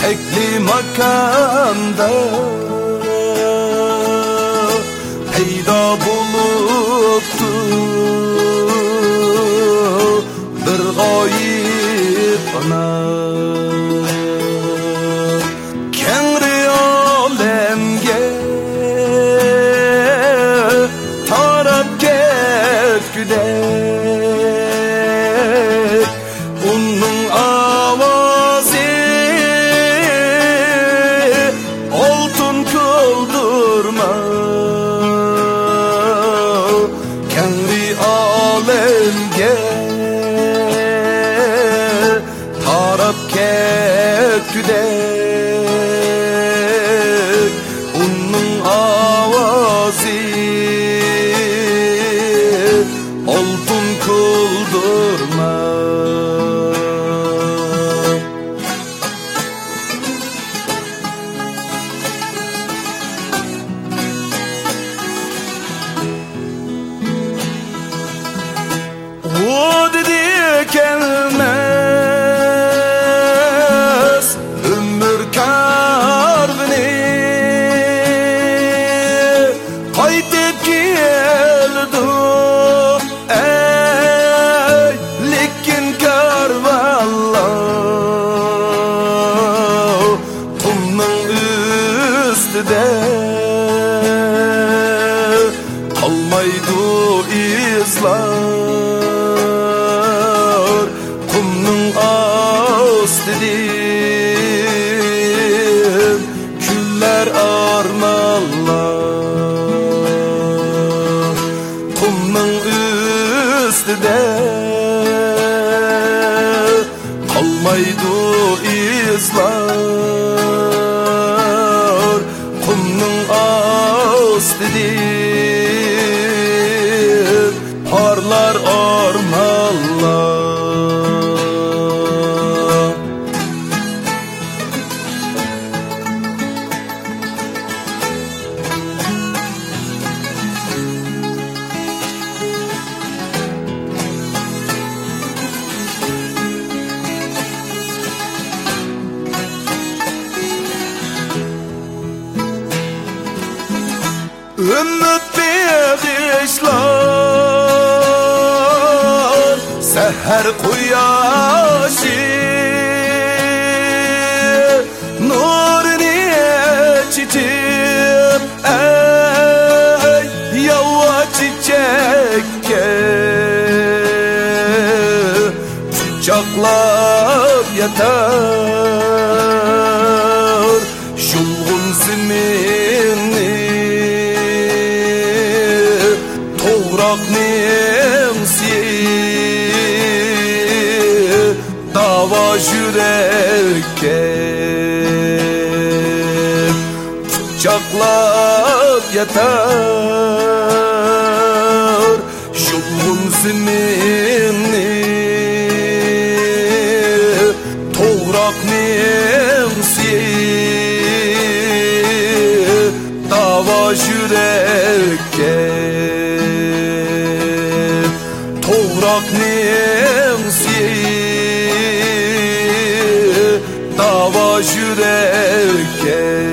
tekli makanda peyda buluptu bir gayip ana. Kengri alemge tarap ketgüdek onun avazi oltun kıldırma. Kengri alemge tarap ketgüdek onun avazi oltun kıldırma. O dedi gelmez ömür karvini kaytıp geldi ey lekin karvallah kumның üstüde kalmaydı izler kumның astidin küller armallar kumның üstüde kalmaydı izler kumның astidin parlar armallar. Ümit bağışlar seher kuyaşı nurunu çiçip ey yava çiçekke kucaklap yatar şulgun zimini nemsi dava yürekke kucaklap yatar şulgun zimini toprak nemsi dava yürekke toprak nemsi dava yürekke.